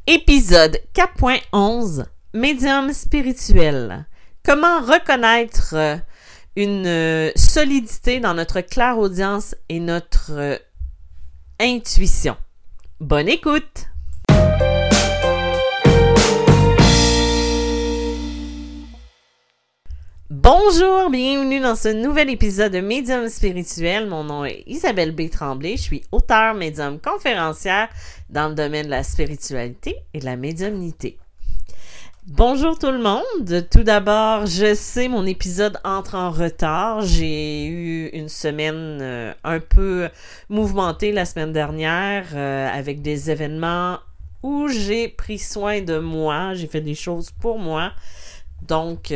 Épisode 4.11 Médium spirituel. Comment reconnaître une solidité dans notre clairaudience et notre intuition. Bonne écoute! Bonjour, bienvenue dans ce nouvel épisode de Médium spirituel. Mon nom est Isabelle B. Tremblay. Je suis auteure, médium, conférencière dans le domaine de la spiritualité et de la médiumnité. Bonjour tout le monde. Tout d'abord, je sais mon épisode entre en retard. J'ai eu une semaine un peu mouvementée la semaine dernière avec des événements où j'ai pris soin de moi. J'ai fait des choses pour moi. Donc,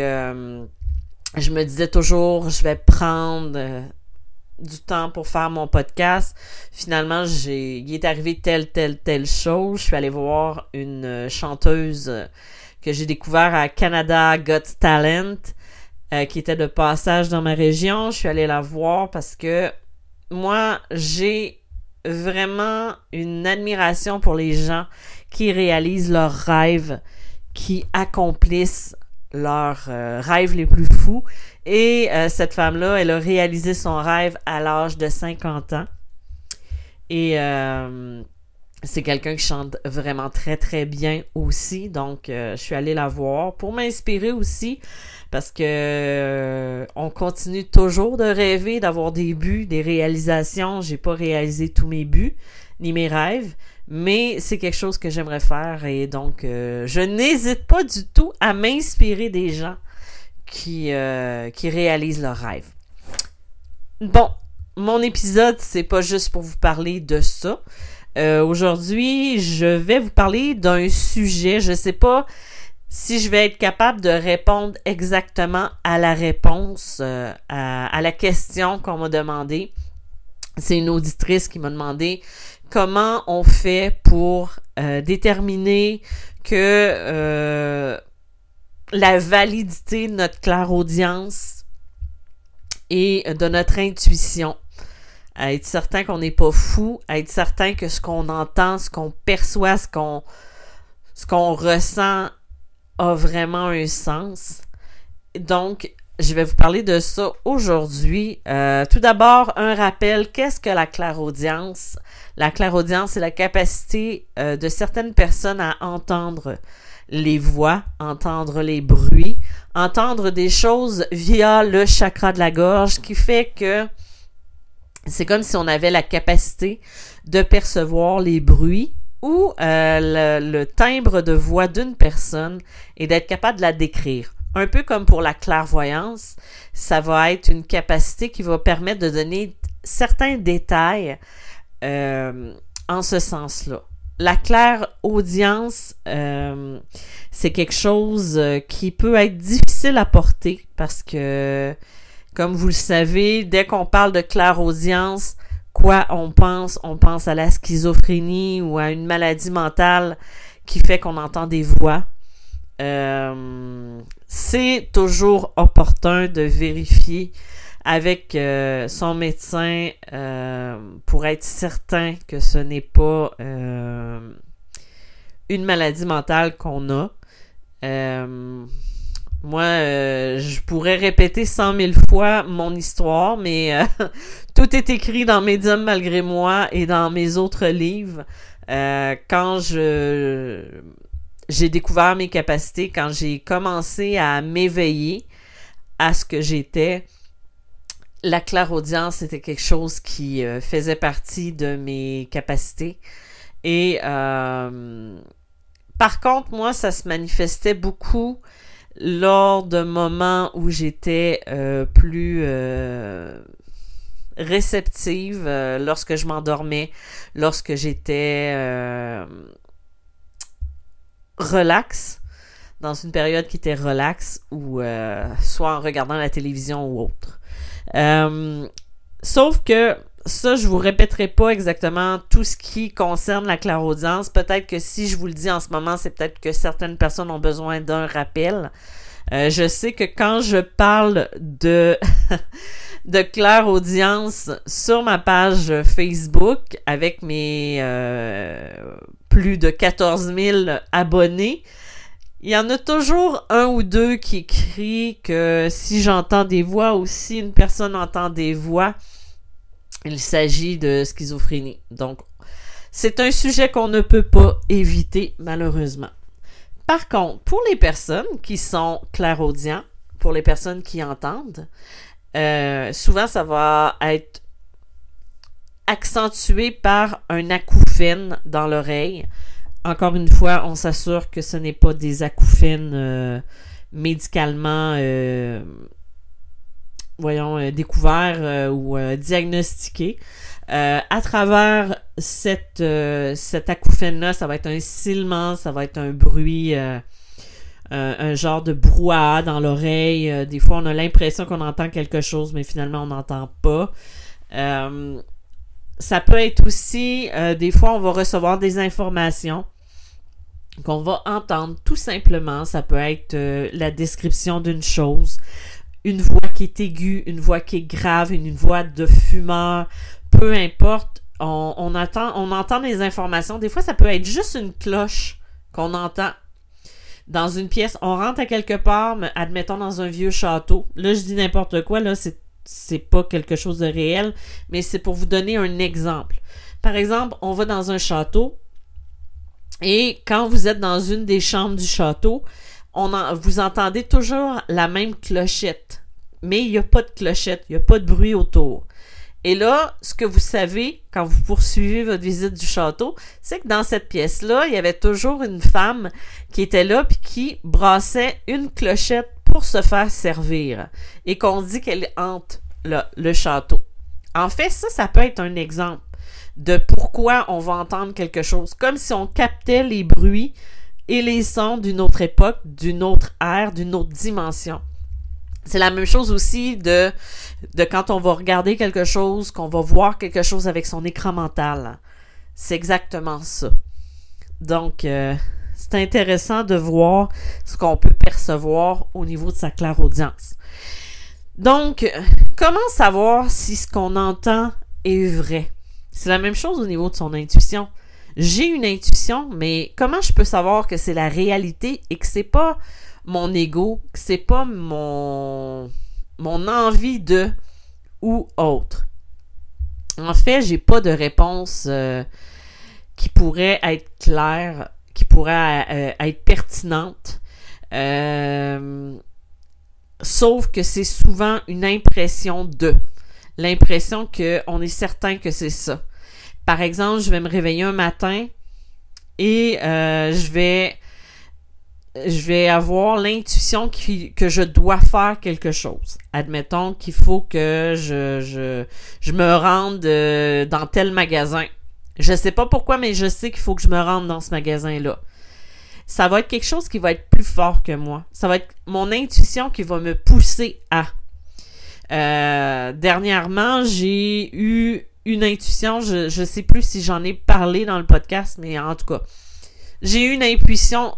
je me disais toujours, je vais prendre du temps pour faire mon podcast. Finalement, il est arrivé telle chose. Je suis allée voir une chanteuse que j'ai découvert à Canada Got Talent, qui était de passage dans ma région. Je suis allée la voir parce que moi, j'ai vraiment une admiration pour les gens qui réalisent leurs rêves, qui accomplissent leurs rêves les plus fous. Et cette femme-là, elle a réalisé son rêve à l'âge de 50 ans. Et c'est quelqu'un qui chante vraiment très très bien aussi. Donc, je suis allée la voir pour m'inspirer aussi. Parce que on continue toujours de rêver, d'avoir des buts, des réalisations. J'ai pas réalisé tous mes buts, ni mes rêves. Mais c'est quelque chose que j'aimerais faire et donc je n'hésite pas du tout à m'inspirer des gens qui réalisent leurs rêves. Bon, mon épisode, c'est pas juste pour vous parler de ça. Aujourd'hui, je vais vous parler d'un sujet. Je sais pas si je vais être capable de répondre exactement à la réponse, à la question qu'on m'a demandé. C'est une auditrice qui m'a demandé comment on fait pour déterminer que la validité de notre clairaudience et de notre intuition. À être certain qu'on n'est pas fou, à être certain que ce qu'on entend, ce qu'on perçoit, ce qu'on ressent a vraiment un sens. Donc, je vais vous parler de ça aujourd'hui. Tout d'abord, un rappel, qu'est-ce que la clairaudience? La clairaudience, c'est la capacité de certaines personnes à entendre les voix, entendre les bruits, entendre des choses via le chakra de la gorge, qui fait que c'est comme si on avait la capacité de percevoir les bruits ou le timbre de voix d'une personne et d'être capable de la décrire. Un peu comme pour la clairvoyance, ça va être une capacité qui va permettre de donner certains détails en ce sens-là. La clairaudience, c'est quelque chose qui peut être difficile à porter parce que, comme vous le savez, dès qu'on parle de clairaudience, quoi on pense? On pense à la schizophrénie ou à une maladie mentale qui fait qu'on entend des voix. C'est toujours opportun de vérifier avec son médecin pour être certain que ce n'est pas une maladie mentale qu'on a. Moi, je pourrais répéter 100 000 fois mon histoire, mais tout est écrit dans Médium malgré moi et dans mes autres livres. Quand j'ai découvert mes capacités, quand j'ai commencé à m'éveiller à ce que j'étais, la clairaudience, c'était quelque chose qui faisait partie de mes capacités. Et par contre, moi, ça se manifestait beaucoup lors de moments où j'étais plus réceptive, lorsque je m'endormais, lorsque j'étais relax, dans une période qui était relax, ou soit en regardant la télévision ou autre. Sauf que ça, je vous répéterai pas exactement tout ce qui concerne la clairaudience. Peut-être que si je vous le dis en ce moment, c'est peut-être que certaines personnes ont besoin d'un rappel. Je sais que quand je parle de de clairaudience sur ma page Facebook avec mes plus de 14 000 abonnés. Il y en a toujours un ou deux qui crient que si j'entends des voix ou si une personne entend des voix, il s'agit de schizophrénie. Donc, c'est un sujet qu'on ne peut pas éviter, malheureusement. Par contre, pour les personnes qui sont clairaudients, pour les personnes qui entendent, souvent ça va être accentué par un acouphène dans l'oreille. Encore une fois, on s'assure que ce n'est pas des acouphènes médicalement découverts ou diagnostiqués. À travers cet acouphène-là, ça va être un sifflement, ça va être un bruit, un genre de brouhaha dans l'oreille. Des fois, on a l'impression qu'on entend quelque chose, mais finalement, on n'entend pas. Ça peut être aussi, des fois, on va recevoir des informations qu'on va entendre tout simplement. Ça peut être la description d'une chose, une voix qui est aiguë, une voix qui est grave, une voix de fumeur, peu importe. On entend des informations. Des fois, ça peut être juste une cloche qu'on entend dans une pièce. On rentre à quelque part, mais admettons dans un vieux château. Là, je dis n'importe quoi, là, c'est pas quelque chose de réel, mais c'est pour vous donner un exemple. Par exemple, on va dans un château et quand vous êtes dans une des chambres du château, vous entendez toujours la même clochette, mais il n'y a pas de clochette, il n'y a pas de bruit autour. Et là, ce que vous savez quand vous poursuivez votre visite du château, c'est que dans cette pièce-là, il y avait toujours une femme qui était là puis qui brassait une clochette pour se faire servir et qu'on dit qu'elle hante le château. En fait, ça peut être un exemple de pourquoi on va entendre quelque chose, comme si on captait les bruits et les sons d'une autre époque, d'une autre ère, d'une autre dimension. C'est la même chose aussi de quand on va regarder quelque chose, qu'on va voir quelque chose avec son écran mental. C'est exactement ça. Donc, c'est intéressant de voir ce qu'on peut percevoir au niveau de sa clairaudience. Donc, comment savoir si ce qu'on entend est vrai? C'est la même chose au niveau de son intuition. J'ai une intuition, mais comment je peux savoir que c'est la réalité et que c'est pas mon ego, que c'est pas mon envie de ou autre? En fait, j'ai pas de réponse qui pourrait être claire, qui pourrait être pertinente. Sauf que c'est souvent une impression de. L'impression qu'on est certain que c'est ça. Par exemple, je vais me réveiller un matin et je vais avoir l'intuition que je dois faire quelque chose. Admettons qu'il faut que je me rende dans tel magasin. Je sais pas pourquoi, mais je sais qu'il faut que je me rende dans ce magasin-là. Ça va être quelque chose qui va être plus fort que moi. Ça va être mon intuition qui va me pousser à. Dernièrement, j'ai eu une intuition, je sais plus si j'en ai parlé dans le podcast, mais en tout cas, j'ai eu une intuition.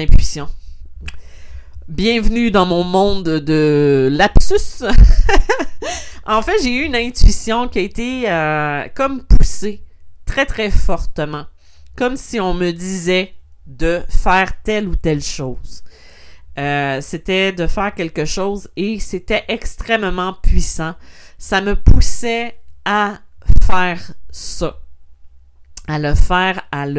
Bienvenue dans mon monde de lapsus. En fait, j'ai eu une intuition qui a été comme poussée très très fortement, comme si on me disait de faire telle ou telle chose. C'était de faire quelque chose et c'était extrêmement puissant. Ça me poussait à faire ça. À le faire,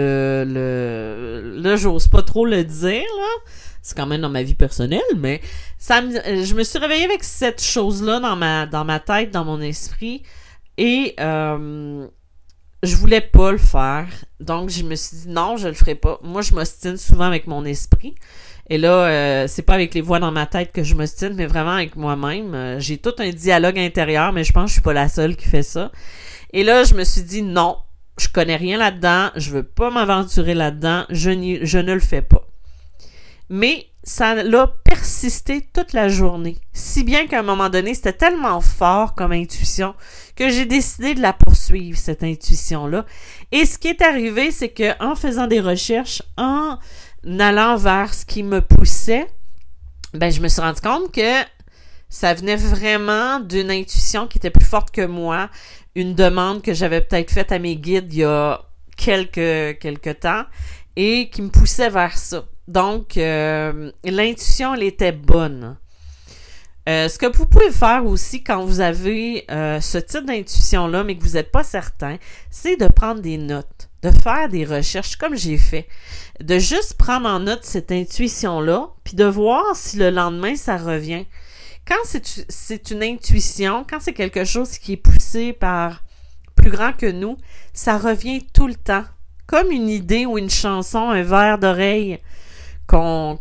là, j'ose pas trop le dire, là. C'est quand même dans ma vie personnelle, mais je me suis réveillée avec cette chose-là dans ma tête, dans mon esprit, et je voulais pas le faire. Donc, je me suis dit, non, je le ferai pas. Moi, je m'ostine souvent avec mon esprit. Et là, c'est pas avec les voix dans ma tête que je m'ostine, mais vraiment avec moi-même. J'ai tout un dialogue intérieur, mais je pense que je suis pas la seule qui fait ça. Et là, je me suis dit, non, je connais rien là-dedans, je veux pas m'aventurer là-dedans, je ne le fais pas. Mais ça l'a persisté toute la journée. Si bien qu'à un moment donné, c'était tellement fort comme intuition que j'ai décidé de la poursuivre, cette intuition-là. Et ce qui est arrivé, c'est que en faisant des recherches, en allant vers ce qui me poussait, ben je me suis rendu compte que Ça venait vraiment d'une intuition qui était plus forte que moi, une demande que j'avais peut-être faite à mes guides il y a quelques temps et qui me poussait vers ça. Donc, l'intuition, elle était bonne. Ce que vous pouvez faire aussi quand vous avez ce type d'intuition-là, mais que vous n'êtes pas certain, c'est de prendre des notes, de faire des recherches comme j'ai fait, de juste prendre en note cette intuition-là, puis de voir si le lendemain, ça revient. Quand c'est une intuition, quand c'est quelque chose qui est poussé par plus grand que nous, ça revient tout le temps. Comme une idée ou une chanson, un vers d'oreille qu'on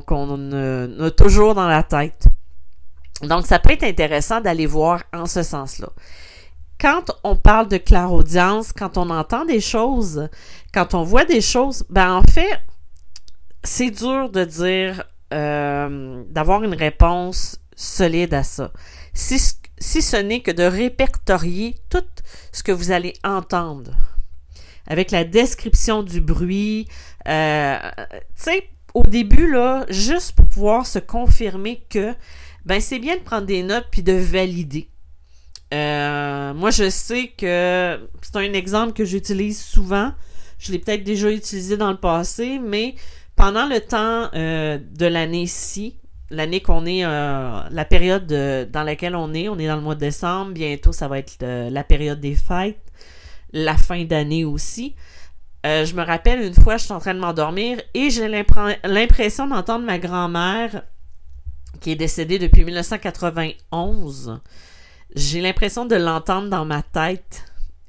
a toujours dans la tête. Donc, ça peut être intéressant d'aller voir en ce sens-là. Quand on parle de clairaudience, quand on entend des choses, quand on voit des choses, en fait, c'est dur de dire, d'avoir une réponse solide à ça. Si ce n'est que de répertorier tout ce que vous allez entendre. Avec la description du bruit, tu sais, au début, là, juste pour pouvoir se confirmer que, c'est bien de prendre des notes puis de valider. Moi, je sais que c'est un exemple que j'utilise souvent. Je l'ai peut-être déjà utilisé dans le passé, mais pendant le temps de l'année-ci, l'année qu'on est, la période dans laquelle on est dans le mois de décembre, bientôt ça va être la période des fêtes, la fin d'année aussi. Je me rappelle une fois, je suis en train de m'endormir et j'ai l'impression d'entendre ma grand-mère, qui est décédée depuis 1991. J'ai l'impression de l'entendre dans ma tête,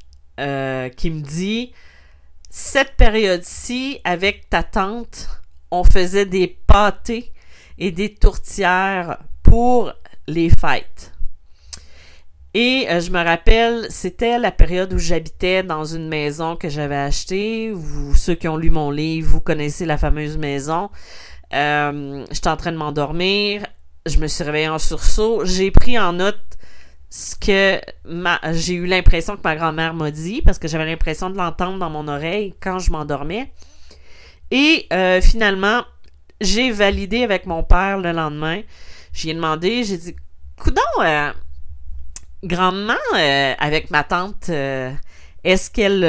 qui me dit « Cette période-ci, avec ta tante, on faisait des pâtés et des tourtières pour les fêtes. » Et je me rappelle, c'était la période où j'habitais dans une maison que j'avais achetée. Ceux qui ont lu mon livre, vous connaissez la fameuse maison. J'étais en train de m'endormir. Je me suis réveillée en sursaut. J'ai pris en note ce que j'ai eu l'impression que ma grand-mère m'a dit, parce que j'avais l'impression de l'entendre dans mon oreille quand je m'endormais. Et finalement, j'ai validé avec mon père le lendemain. J'y ai demandé, j'ai dit, coudonc, grandement, avec ma tante, est-ce qu'elle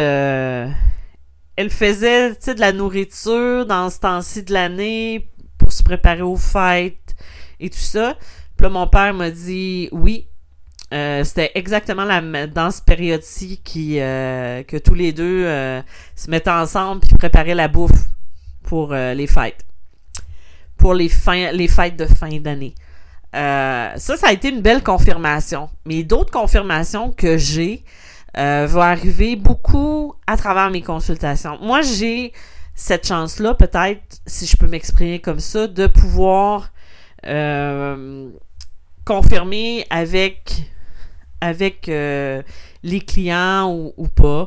elle faisait, tu sais, de la nourriture dans ce temps-ci de l'année pour se préparer aux fêtes et tout ça? Puis là, mon père m'a dit oui. C'était exactement dans cette période-ci que tous les deux se mettaient ensemble puis préparaient la bouffe pour les fêtes. Pour les fêtes de fin d'année. Ça a été une belle confirmation. Mais d'autres confirmations que j'ai vont arriver beaucoup à travers mes consultations. Moi, j'ai cette chance-là, peut-être, si je peux m'exprimer comme ça, de pouvoir confirmer avec les clients ou pas.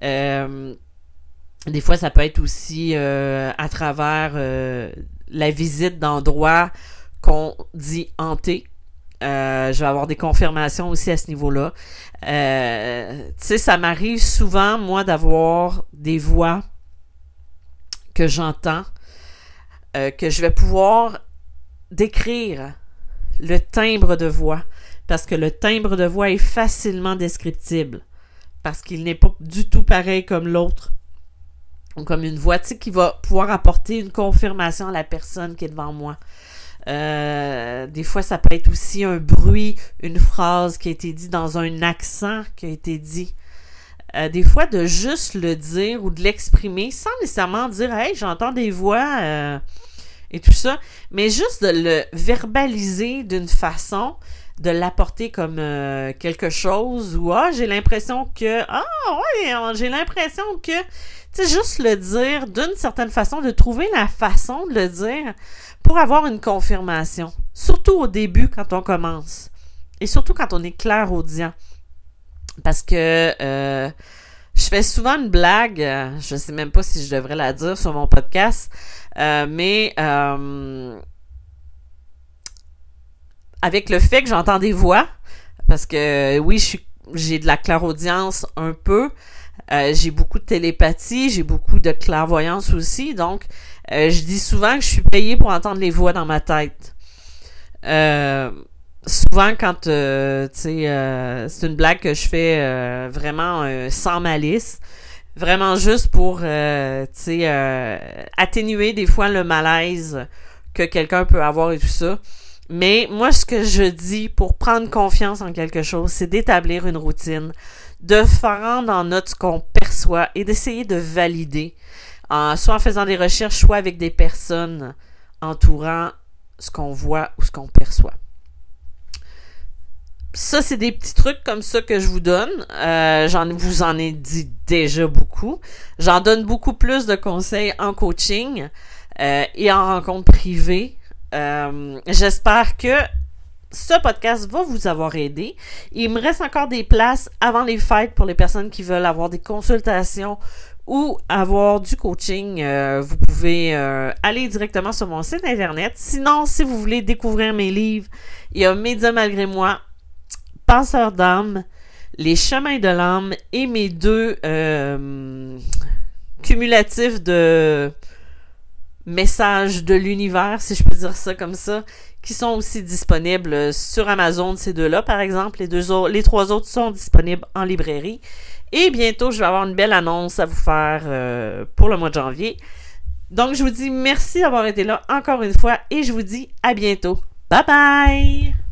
Des fois, ça peut être aussi à travers la visite d'endroits qu'on dit hantés. Je vais avoir des confirmations aussi à ce niveau-là. Tu sais, ça m'arrive souvent, moi, d'avoir des voix que j'entends, que je vais pouvoir décrire le timbre de voix. Parce que le timbre de voix est facilement descriptible. Parce qu'il n'est pas du tout pareil comme l'autre. Ou comme une voix, tu sais, qui va pouvoir apporter une confirmation à la personne qui est devant moi. Des fois, ça peut être aussi un bruit, une phrase qui a été dit dans un accent qui a été dit. Des fois, de juste le dire ou de l'exprimer sans nécessairement dire « Hey, j'entends des voix et tout ça », mais juste de le verbaliser d'une façon, de l'apporter comme quelque chose ou « Ah, j'ai l'impression que... Ah, ouais, j'ai l'impression que... » Tu sais, juste le dire d'une certaine façon, de trouver la façon de le dire pour avoir une confirmation. Surtout au début, quand on commence. Et surtout quand on est clairaudient. Parce que je fais souvent une blague, je sais même pas si je devrais la dire sur mon podcast, mais avec le fait que j'entends des voix, parce que oui, j'ai de la clairaudience un peu, j'ai beaucoup de télépathie, j'ai beaucoup de clairvoyance aussi, donc je dis souvent que je suis payée pour entendre les voix dans ma tête. souvent quand, tu sais, c'est une blague que je fais vraiment sans malice, vraiment juste pour, tu sais, atténuer des fois le malaise que quelqu'un peut avoir et tout ça. Mais moi, ce que je dis pour prendre confiance en quelque chose, c'est d'établir une routine, de faire en note ce qu'on perçoit et d'essayer de valider, soit en faisant des recherches, soit avec des personnes entourant ce qu'on voit ou ce qu'on perçoit. Ça, c'est des petits trucs comme ça que je vous donne. Vous en ai dit déjà beaucoup. J'en donne beaucoup plus de conseils en coaching et en rencontre privée. J'espère que ce podcast va vous avoir aidé. Il me reste encore des places avant les fêtes pour les personnes qui veulent avoir des consultations ou avoir du coaching. Vous pouvez aller directement sur mon site internet. Sinon, si vous voulez découvrir mes livres, il y a Médium malgré moi, Penseur d'âme, Les chemins de l'âme et mes 2 cumulatifs de messages de l'univers, si je peux dire ça comme ça, qui sont aussi disponibles sur Amazon, ces 2-là, par exemple. Les 3 autres sont disponibles en librairie. Et bientôt, je vais avoir une belle annonce à vous faire pour le mois de janvier. Donc, je vous dis merci d'avoir été là encore une fois et je vous dis à bientôt. Bye bye!